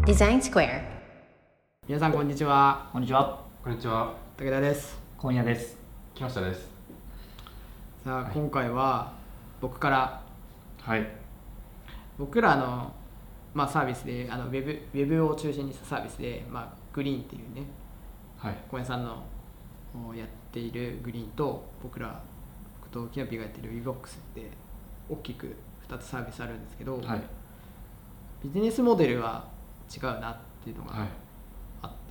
デザインスクエア。 皆さんこんにちは。 こんにちは。 こんにちは。 武田です。 今夜です。 木下です。 さあ、 はい、 今回は僕からはい僕らの、サービスでウェブを中心にしたサービスで、グリーンっていうねはい小屋さんのやっているグリーンと僕とキノピーがやっている WeBox って大きく2つサービスあるんですけど、 はい、 ビジネスモデルは違うなっていうのがあって、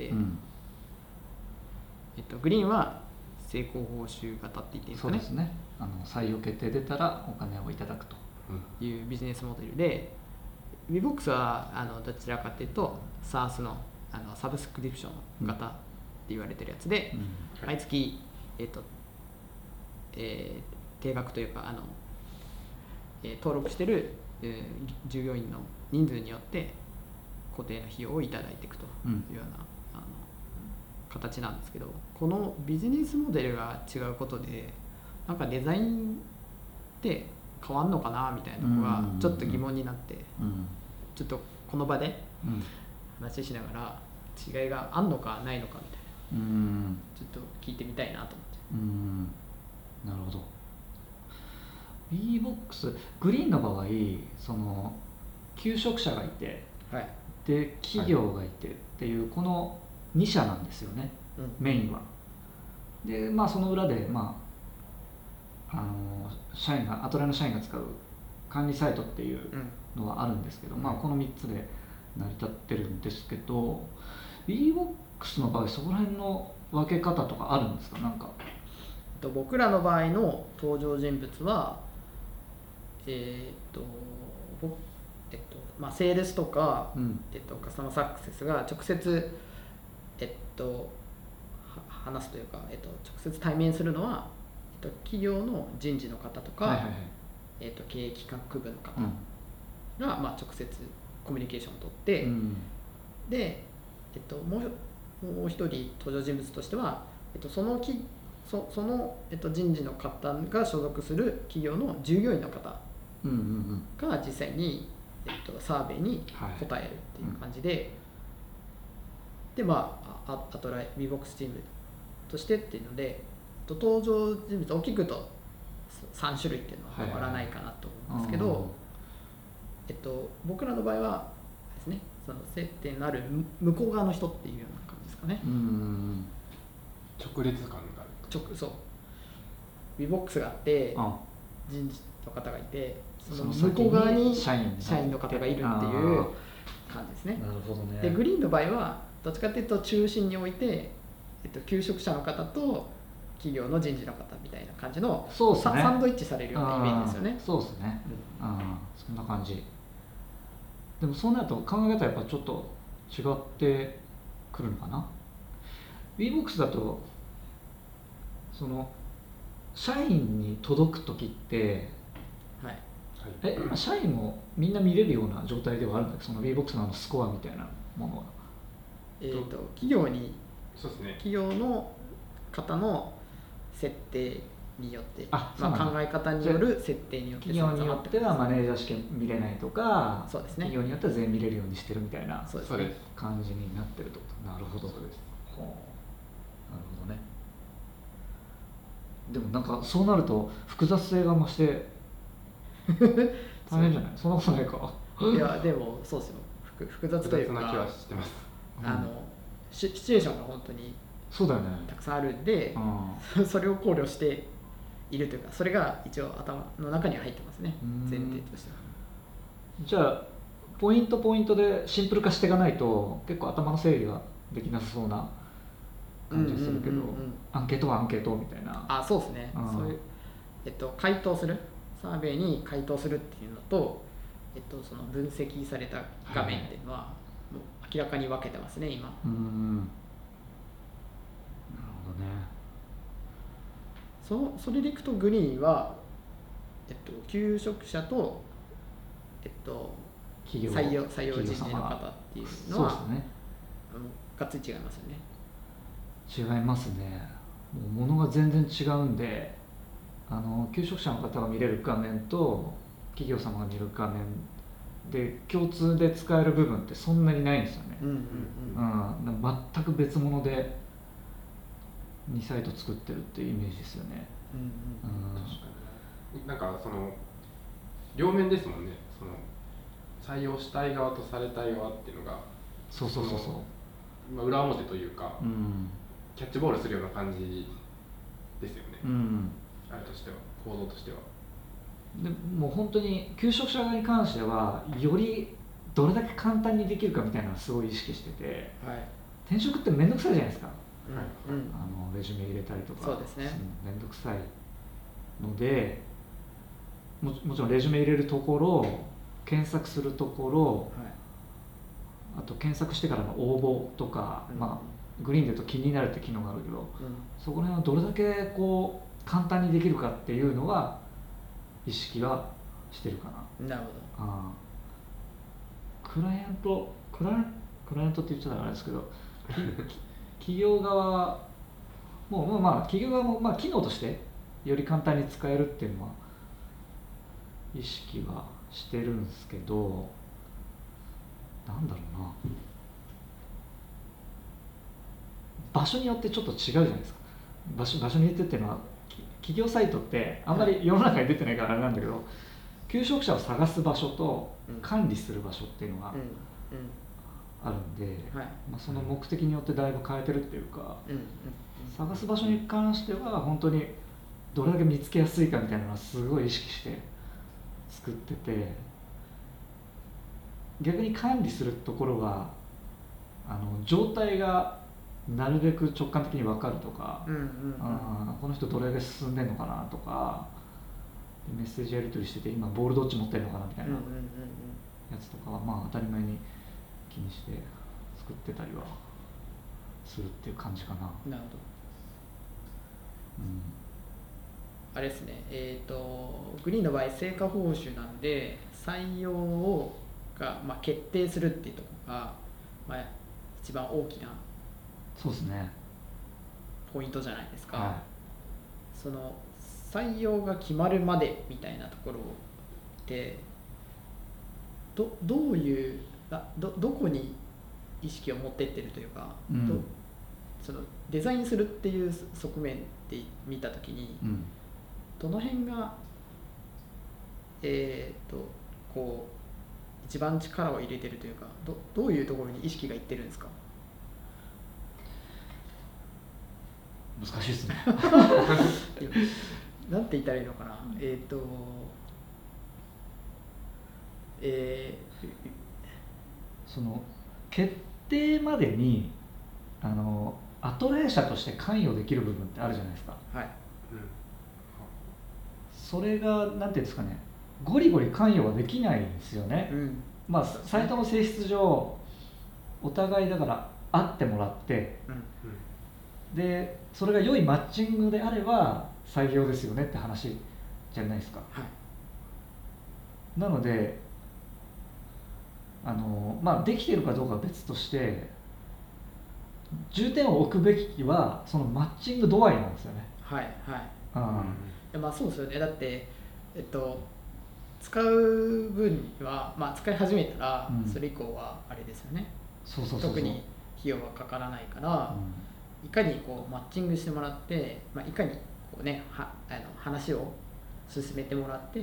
グリーンは成功報酬型って言っていいんですかね。 そうですね。採用決定出たらお金をいただくというビジネスモデルで、WeBox はどちらかというと SaaS のサブスクリプション型って言われてるやつで、毎月、定額というか登録してる、従業員の人数によって固定の費用をいただいていくというような、形なんですけど、このビジネスモデルが違うことでなんかデザインって変わんのかなみたいなところがちょっと疑問になって、ちょっとこの場で話しながら違いがあんのかないのかみたいな、ちょっと聞いてみたいなと思って。 なるほど。 WeBox グリーンの場合、その求職者がいて、 はい、 で企業がいてっていうこの2社なんですよね、メインは。でその裏で、社員がアトライの社員が使う管理サイトっていうのはあるんですけど、この3つで成り立ってるんですけど、 WeBox の場合そこら辺の分け方とかあるんですか？なんか僕らの場合の登場人物はセールスとか、カスタマーサクセスが直接、話すというか、直接対面するのは、企業の人事の方とか、経営企画部の方が、直接コミュニケーションを取って、で、もう一人登場人物としては、その人事の方が所属する企業の従業員の方が実際に、サーベイに答えるっていう感じで、でアトライ WeBox チームとしてっていうので、登場人物大きくと3種類っていうのは変わらないかなと思うんですけど、僕らの場合はですね、その接点のある向こう側の人っていうような感じですかね。 直列感がある。 そう WeBox があって、人事の方がいて、その向こう側に社員の方がいるっていう感じですね。 なるほどね。 でグリーンの場合はどっちかというと中心に置いて、求職者の方と企業の人事の方みたいな感じの、サンドイッチされるようなイメージですよね。 そうですね、そんな感じ。でもそうなると考え方やっぱちょっと違ってくるのかな。 WeBox だとその社員に届く時って、社員もみんな見れるような状態ではあるんだけど、その WeBox のスコアみたいなものは。 企業に、 そうですね、 企業の方の設定によって、考え方による設定によって、 企業によってはマネージャー試験見れないとか、 そうですね、 企業によっては全員見れるようにしてるみたいなそうです、 感じになってるってこと。なるほど。 そうです。 なるほどね。でもなんかそうなると複雑性が増して大変じゃない？そんなことないか。 いやでもそうですよ、複雑というか、 複雑な気はしてます。 シチュエーションが本当にそうだよね、 たくさんあるんで、それを考慮しているというか、それが一応頭の中には入ってますね、前提としては。 じゃあポイントでシンプル化していかないと結構頭の整理ができなさそうな感じするけど、アンケートはアンケートみたいな。 そうですね、そういう、回答するサーベイに回答するっていうのと、その分析された画面っていうのはもう明らかに分けてますね今。 なるほどね。 それでいくとグリーンは、求職者と、採用人事の方っていうのはそうですね、 がっつり違いますよね。 違いますね。もう物が全然違うんで、求職者の方が見れる画面と企業様が見る画面で共通で使える部分ってそんなにないんですよね。全く別物で2サイト作ってるっていうイメージですよね。 なんかその両面ですもんね。その採用したい側とされたい側っていうのが裏表というか、キャッチボールするような感じですよね。あれとしては構造としては。 でもう本当に求職者側に関してはよりどれだけ簡単にできるかみたいなのをすごい意識してて、転職って面倒くさいじゃないですか。レジュメ入れたりとか、 そうですね、 面倒くさいので もちろんレジュメ入れるところ、検索するところ、あと検索してからの応募とか、グリーンで言うと気になるって機能があるけど、そこら辺をどれだけこう簡単にできるかっていうのは意識はしてるかな。 なるほど。 クライアントって言っちゃあれですけど企業側も企業側も機能としてより簡単に使えるっていうのは意識はしてるんですけど、なんだろうな、場所によってちょっと違うじゃないですか。場所によってっていうのは、企業サイトってあんまり世の中に出てないからあれなんだけど、求職者を探す場所と管理する場所っていうのがあるんで、その目的によってだいぶ変えてるっていうか、探す場所に関しては本当にどれだけ見つけやすいかみたいなのはすごい意識して作ってて、逆に管理するところは状態がなるべく直感的に分かるとか、この人どれだけ進んでんのかなとか、メッセージやり取りしてて今ボールどっち持ってるのかなみたいなやつとかは当たり前に気にして作ってたりはするっていう感じかな。 なるほど。あれですね、グリーンの場合成果報酬なんで採用が決定するっていうところが、一番大きなそうですねポイントじゃないですか。その採用が決まるまでみたいなところでどういうどこに意識を持ってってるというか、そのデザインするっていう側面で見たときに、どの辺がこう一番力を入れてるというか、どういうところに意識がいってるんですか？ 難しいですねなんて言ったらいいのかな。 その決定までにアトライ社として関与できる部分ってあるじゃないですか。それがなんていうんですかね、ゴリゴリ関与はできないんですよね。サイトの性質上お互いだから会ってもらって、でそれが良いマッチングであれば採用ですよねって話じゃないですか。なのでできてるかどうかは別として重点を置くべきはそのマッチング度合いなんですよね。 そうですよね。だって、使う分には、使い始めたらそれ以降はあれですよね。特に費用はかからないから、いかにこうマッチングしてもらって、いかにこう、話を進めてもらって、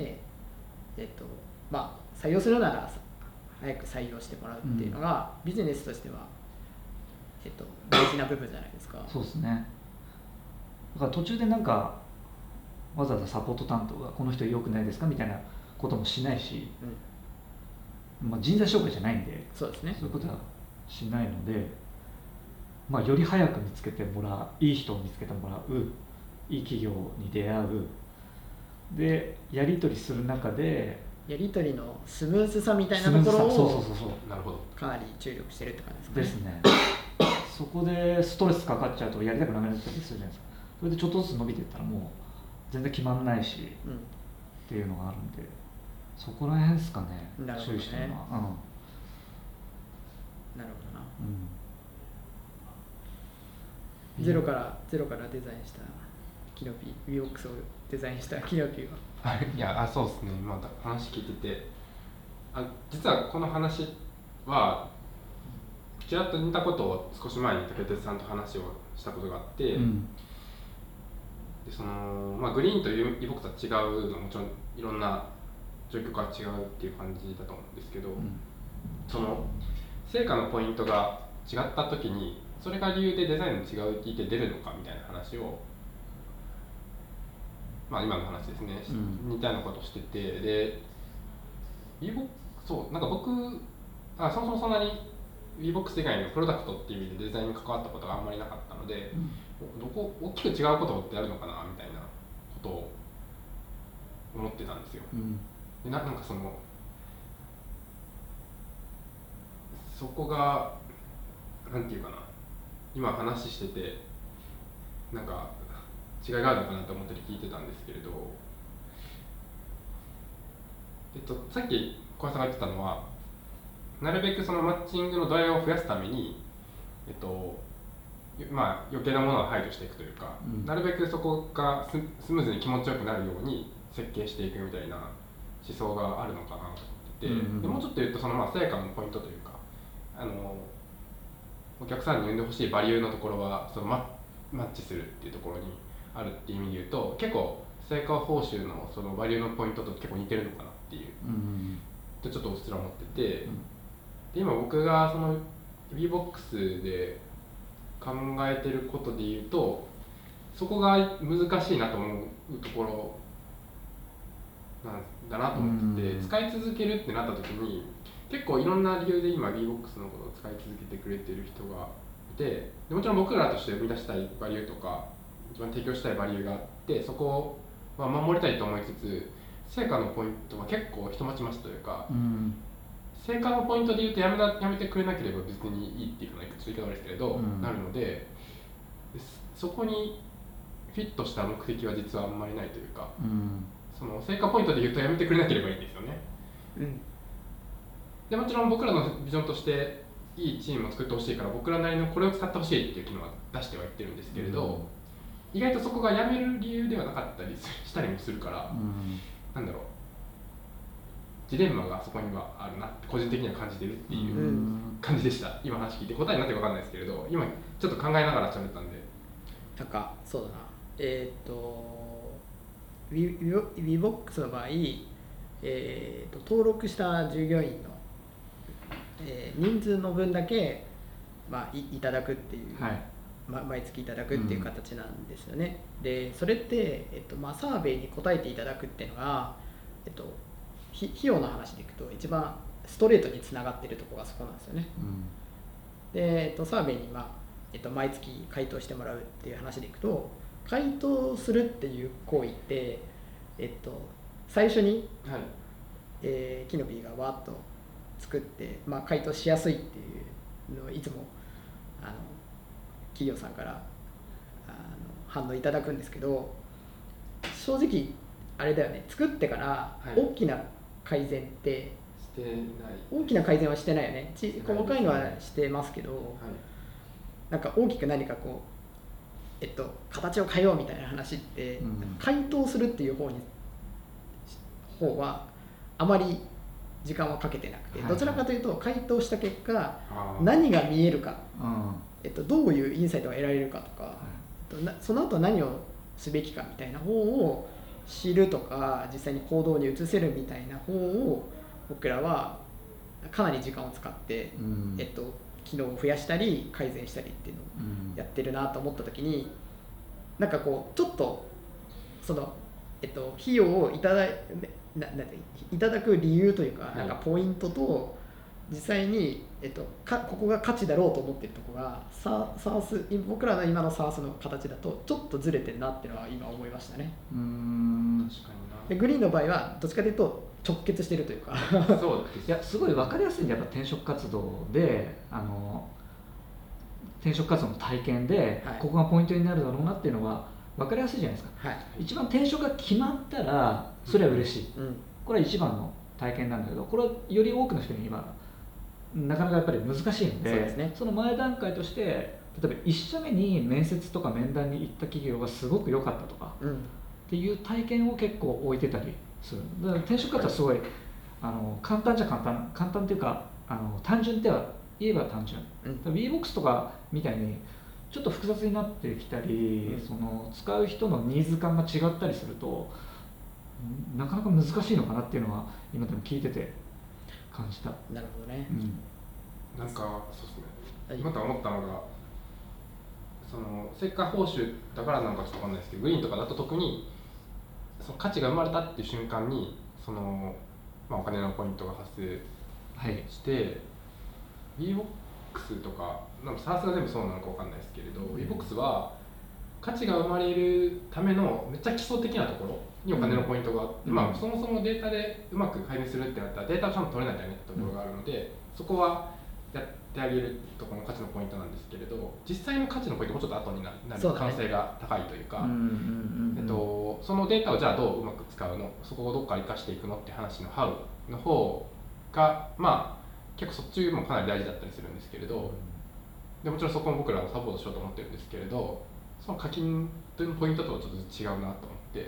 採用するなら早く採用してもらうっていうのが、ビジネスとしては、大事な部分じゃないですか。 そうですね。だから途中でわざわざサポート担当がこの人良くないですかみたいなこともしないし、人材紹介じゃないんで、 そうですね、 そういうことはしないので、より早く見つけてもらう、いい人を見つけてもらう、いい企業に出会うで、やり取りする中でやり取りのスムーズさみたいなところをかなり注力してるって感じですね。 そこでストレスかかっちゃうとやりたくなくなったりするじゃないですか。それでちょっとずつ伸びていったらもう全然決まんないし、っていうのがあるんで、そこら辺ですかね。注意してるのは。 なるほどな。ゼロからデザインしたキノピー、WeWorksをデザインしたキノピーは。 そうですね。今話聞いてて、 実はこの話はちらっと似たことを少し前に竹鉄さんと話をしたことがあって、でグリーンというイボックスは違うのもちろんいろんな状況が違うっていう感じだと思うんですけど、その成果のポイントが違った時にそれが理由でデザインの違いって出るのかみたいな話を、今の話ですね、似たようなことをしてて、でそうなんか僕そもそもそんなに WeBox 以外のプロダクトっていう意味でデザインに関わったことがあんまりなかったので、大きく違うことってあるのかなみたいなことを思ってたんですよ。でなんかそこがなんていうかな、今話しててなんか違いがあるのかなと思って聞いてたんですけれど、さっき小林さんが言ってたのは、なるべくそのマッチングの度合いを増やすために、余計なものは排除していくというか、なるべくそこがスムーズに気持ちよくなるように設計していくみたいな思想があるのかなと思ってて、でもうちょっと言うと成果のポイントというか、お客さんに生んでほしいバリューのところはマッチするっていうところにあるっていう意味で言うと、結構成果報酬のそのバリューのポイントと結構似てるのかなっていう、ちょっとうっすら思ってて、で今僕がその WeBox で考えてることで言うと、そこが難しいなと思うところなんだなと思ってて、使い続けるってなった時に結構いろんな理由で今 WeBox のことを使い続けてくれてる人がいて、でもちろん僕らとして生み出したいバリューとか一番提供したいバリューがあって、そこは守りたいと思いつつ、成果のポイントは結構人待ちますというか、成果のポイントで言うとやめてくれなければ別にいいっていうか、ちょっと言い方悪いですけれど、なるので、そこにフィットした目的は実はあんまりないというか、その成果ポイントで言うとやめてくれなければいいんですよね。でもちろん僕らのビジョンとしていいチームを作ってほしいから、僕らなりのこれを使ってほしいっていう機能は出してはいってるんですけれど、意外とそこがやめる理由ではなかったりしたりもするから、なんだろう、ジレンマがそこにはあるなって個人的には感じてるっていう感じでした。今話聞いて答えになってるか分かんないですけれど、今ちょっと考えながら喋ったんで。 なんかそうだな、WeBox の場合、登録した従業員の、人数の分だけ、いただくっていう、毎月いただくっていう形なんですよね。でそれって、サーベイに答えていただくっていうのが、費用の話でいくと一番ストレートにつながっているところがそこなんですよね。で、サーベイに、毎月回答してもらうっていう話でいくと、回答するっていう行為って、最初に、キノピーがわーっと作って、回答しやすいっていうのをいつも企業さんから反応いただくんですけど、正直あれだよね、作ってから大きな改善ってしてない、 大きな改善はしてないよね。細かいのはしてますけど、なんか大きく何かこう、形を変えようみたいな話って、回答するっていう方はあまり時間はかけてなくて、どちらかというと回答した結果何が見えるか、どういうインサイトが得られるかとか、その後何をすべきかみたいな方を知るとか、実際に行動に移せるみたいな方を僕らはかなり時間を使って、機能を増やしたり改善したりっていうのをやってるなと思った時に、なんかこうちょっとその、費用をいただく理由というか、なんかポイントと実際に、ここが価値だろうと思っているところがSaaS、僕らの今の SaaS の形だとちょっとずれてるなっていうのは今思いましたね。 確かにな。 でグリーンの場合はどっちかというと直結してるというかそうです。いや、すごい分かりやすいんで、やっぱ転職活動で転職活動の体験で、ここがポイントになるだろうなっていうのは分かりやすいじゃないですか。一番転職が決まったらそれは嬉しい、これは一番の体験なんだけど、これはより多くの人に今なかなかやっぱり難しいので、その前段階として、例えば1社目に面接とか面談に行った企業がすごく良かったとか、っていう体験を結構置いてたりする。だから転職活動はすごい簡単じゃ簡単っていうか単純っては言えば単純、WeBox とかみたいにちょっと複雑になってきたり、その使う人のニーズ感が違ったりするとなかなか難しいのかなっていうのは今でも聞いてて感じた。 なるほどね、 なんかそうですね、また思ったのがその成果報酬だからなんかちょっと分かんないですけど、グリーンとかだと特にその価値が生まれたっていう瞬間にその、お金のポイントが発生して、WeBox とかサースが全部そうなのか分かんないですけれど、WeBox は価値が生まれるためのめっちゃ基礎的なところにお金のポイントがあって、そもそもデータでうまく配分するってなったらデータをちゃんと取れないといけないところがあるので、そこはやってあげるところの価値のポイントなんですけれど、実際の価値のポイントもちょっと後になる可能性が高いというか、そのデータをじゃあどううまく使うの、そこをどっから生かしていくのって話の How の方が結構そっちもかなり大事だったりするんですけれど、でもちろんそこも僕らもサポートしようと思ってるんですけれど、その課金というポイントとはちょっと違うなと思って、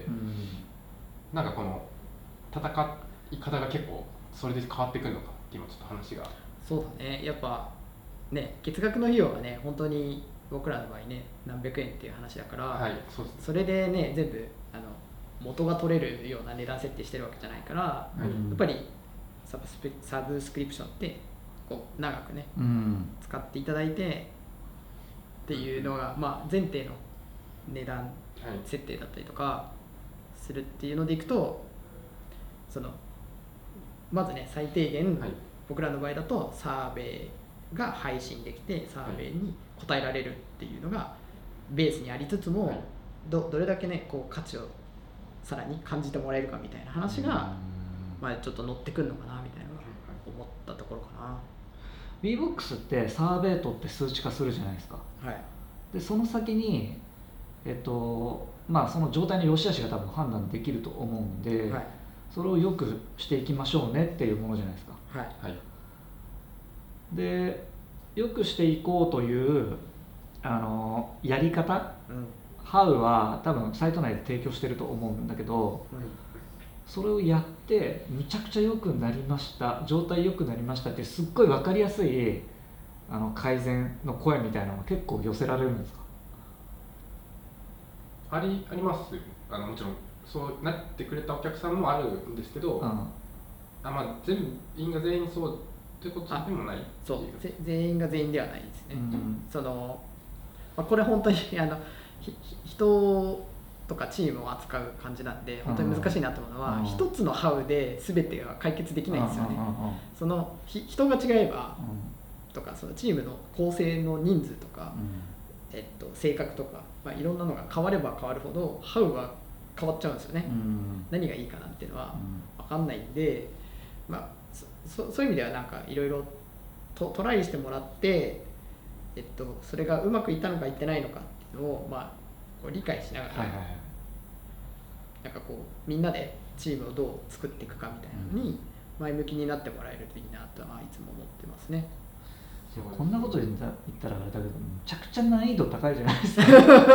なんかこの戦い方が結構それで変わってくるのかって今ちょっと話が。 そうだね、やっぱね、月額の費用がね本当に僕らの場合ね何百円っていう話だから、それでね全部元が取れるような値段設定してるわけじゃないから、やっぱりサブスクリプションってこう長くね、使っていただいてっていうのが、前提の値段設定だったりとかするっていうのでいくと、そのまずね最低限、僕らの場合だとサーベイが配信できてサーベイに答えられるっていうのがベースにありつつも、どれだけねこう価値をさらに感じてもらえるかみたいな話が、ちょっと乗ってくるのかなみたいな思ったところかな。 WeBox ってサーベイトって数値化するじゃないですか。でその先にその状態の良し悪しが多分判断できると思うんで、それを良くしていきましょうねっていうものじゃないですか。で良くしていこうというやり方、How は多分サイト内で提供してると思うんだけど、それをやってむちゃくちゃ良くなりました、状態良くなりましたってすっごい分かりやすい改善の声みたいなのが結構寄せられるんですか？ ありますよ。もちろんそうなってくれたお客さんもあるんですけど、全員が全員そうってことでもない。 そう全員が全員ではないですね。これ本当に人とかチームを扱う感じなんで本当に難しいなと思うのは、一つのハウで全てが解決できないんですよね。その人が違えばとか、そのチームの構成の人数とか、性格とか、いろんなのが変われば変わるほどハウは変わっちゃうんですよね。何がいいかなんていうのは分かんないんで、そういう意味ではなんかいろいろトライしてもらって、それがうまくいったのかいってないのかっていうのをこう理解しながら、なんかこうみんなでチームをどう作っていくかみたいなのに前向きになってもらえるといいなとはいつも思ってますね。 こんなこと言ったらあれだけど、めちゃくちゃ難易度高いじゃないですか。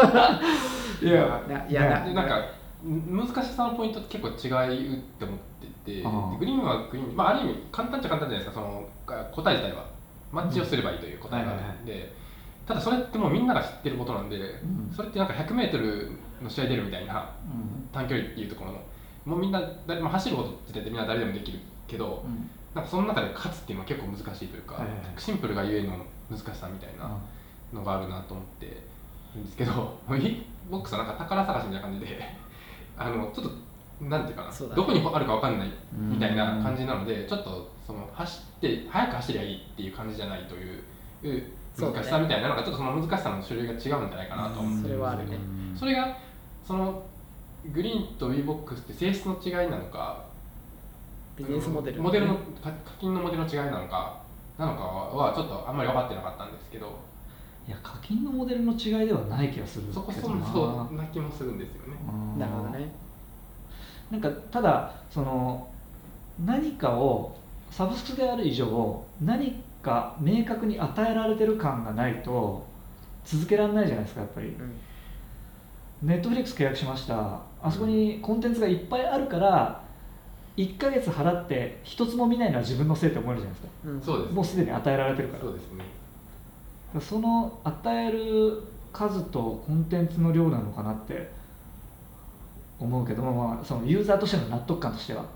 なんか難しさのポイントって結構違うって思ってて、グリーンはグリーン、ある意味簡単っちゃ簡単じゃないですか。その答え自体はマッチをすればいいという答えがあるんで、ただそれってもうみんなが知ってることなんで、それってなんか 100m の試合出るみたいな短距離っていうところの、もうみんな走ることってみんな誰でもできるけど、なんかその中で勝つっていうのは結構難しいというか、シンプルがゆえの難しさみたいなのがあるなと思ってるんですけど、ボックスはなんか宝探しみたいな感じでちょっとなんていうかな、どこにあるか分かんないみたいな感じなので、ちょっとその速く走りゃいいっていう感じじゃないという難しさみたいなのが、ちょっとその難しさの種類が違うんじゃないかなと思うんですけど、それがそのグリーンと WeBox って性質の違いなのか、 ビジネスモデルの課金のモデルの違いなのかはちょっとあんまり分かってなかったんですけど、 いや課金のモデルの違いではない気がするけどな。 そうな気もするんですよね。 なるほどね。 なんかただその何かをサブスクである以上何か明確に与えられてる感がないと続けられないじゃないですか。やっぱり、ネットフリックス契約しました、あそこにコンテンツがいっぱいあるから 1ヶ月払って一つも見ないのは自分のせいって思えるじゃないですか、 うん、 そうです。 もうすでに与えられてるから。 そうですね。 その与える数とコンテンツの量なのかなって思うけど、まあ、そのユーザーとしての納得感としては、 うん、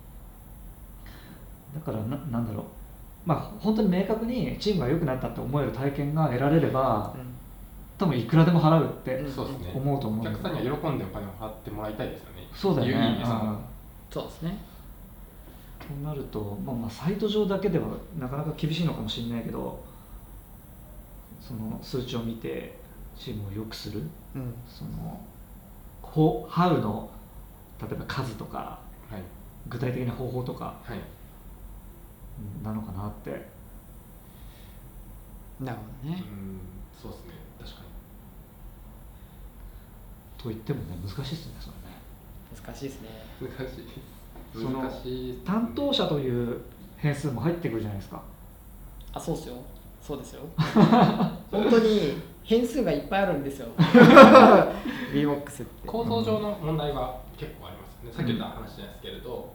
だからなんだろう、まあ本当に明確にチームが良くなったって思える体験が得られれば、 うん、 多分いくらでも払うってそうですね。 思うと思う。 お客さんには喜んでお金を払ってもらいたいですよね。 そうだよね。 いい意味でそうですね。 となると、まあサイト上だけではなかなか厳しいのかもしれないけど、その数値を見てチームを良くする、 うん、 そのハウの例えば数とか、はい、具体的な方法とか、はい、なのかなって。 なるほどね。 そうですね、確かに。 と言ってもね、難しいですね、それね。 難しいですね。 難しい。 その担当者という変数も入ってくるじゃないですか。 あ、そうですよ。そうですよ。本当に変数がいっぱいあるんですよ。VBOX って。 構造上の問題が結構ありますよね。さっき言った話じゃないですけれど、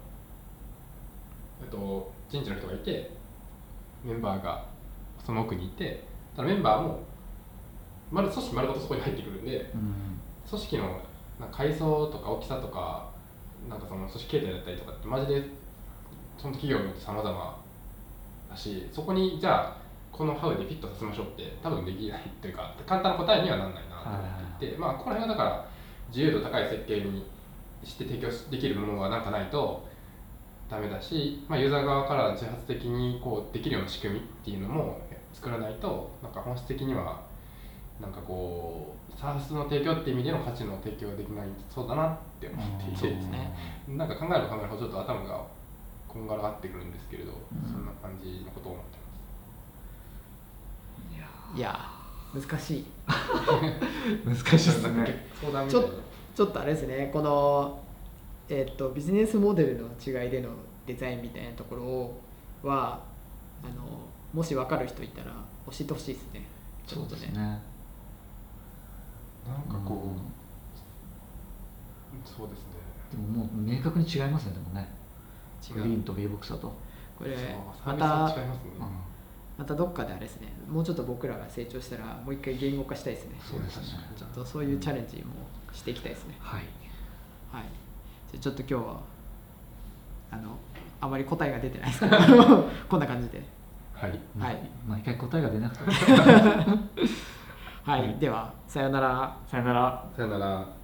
人事の人がいて、メンバーがその奥にいて、ただメンバーも組織丸ごとそこに入ってくるんで、組織の階層とか大きさとか、なんかその組織形態だったりとかってマジでその企業によって様々だし、そこにじゃあこのハウでフィットさせましょうって多分できないというか、簡単な答えにはならないなと思っていて、まあこの辺はだから自由度高い設計にして提供できるものがなんかないとダメだし、まあ、ユーザー側から自発的にこうできるような仕組みっていうのも作らないと、なんか本質的にはなんかこうサービスの提供っていう意味での価値の提供ができないそうだなって思っていてですね、なんか考えれば考えるほどちょっと頭がこんがらがってくるんですけれど、そんな感じのことを思ってます。 いや難しい。 難しいですね。 ちょっとあれですね、このビジネスモデルの違いでのデザインみたいなところはもし分かる人いたら教えてほしいですね。ちょっとね。そうですね。 なんかこう、そうですね。 でももう明確に違いますね、でもね。グリーンと VBOX だと。 これまたまたどっかであれですね、もうちょっと僕らが成長したらもう一回言語化したいですね。 そうですね。 ちょっとそういうチャレンジもしていきたいですね。 はい。 はい。じゃあちょっと今日はあまり答えが出てないですけどこんな感じで。 はい。 はい。 毎回答えが出なくて。 はい。ではさよなら。 さよなら。 さよなら。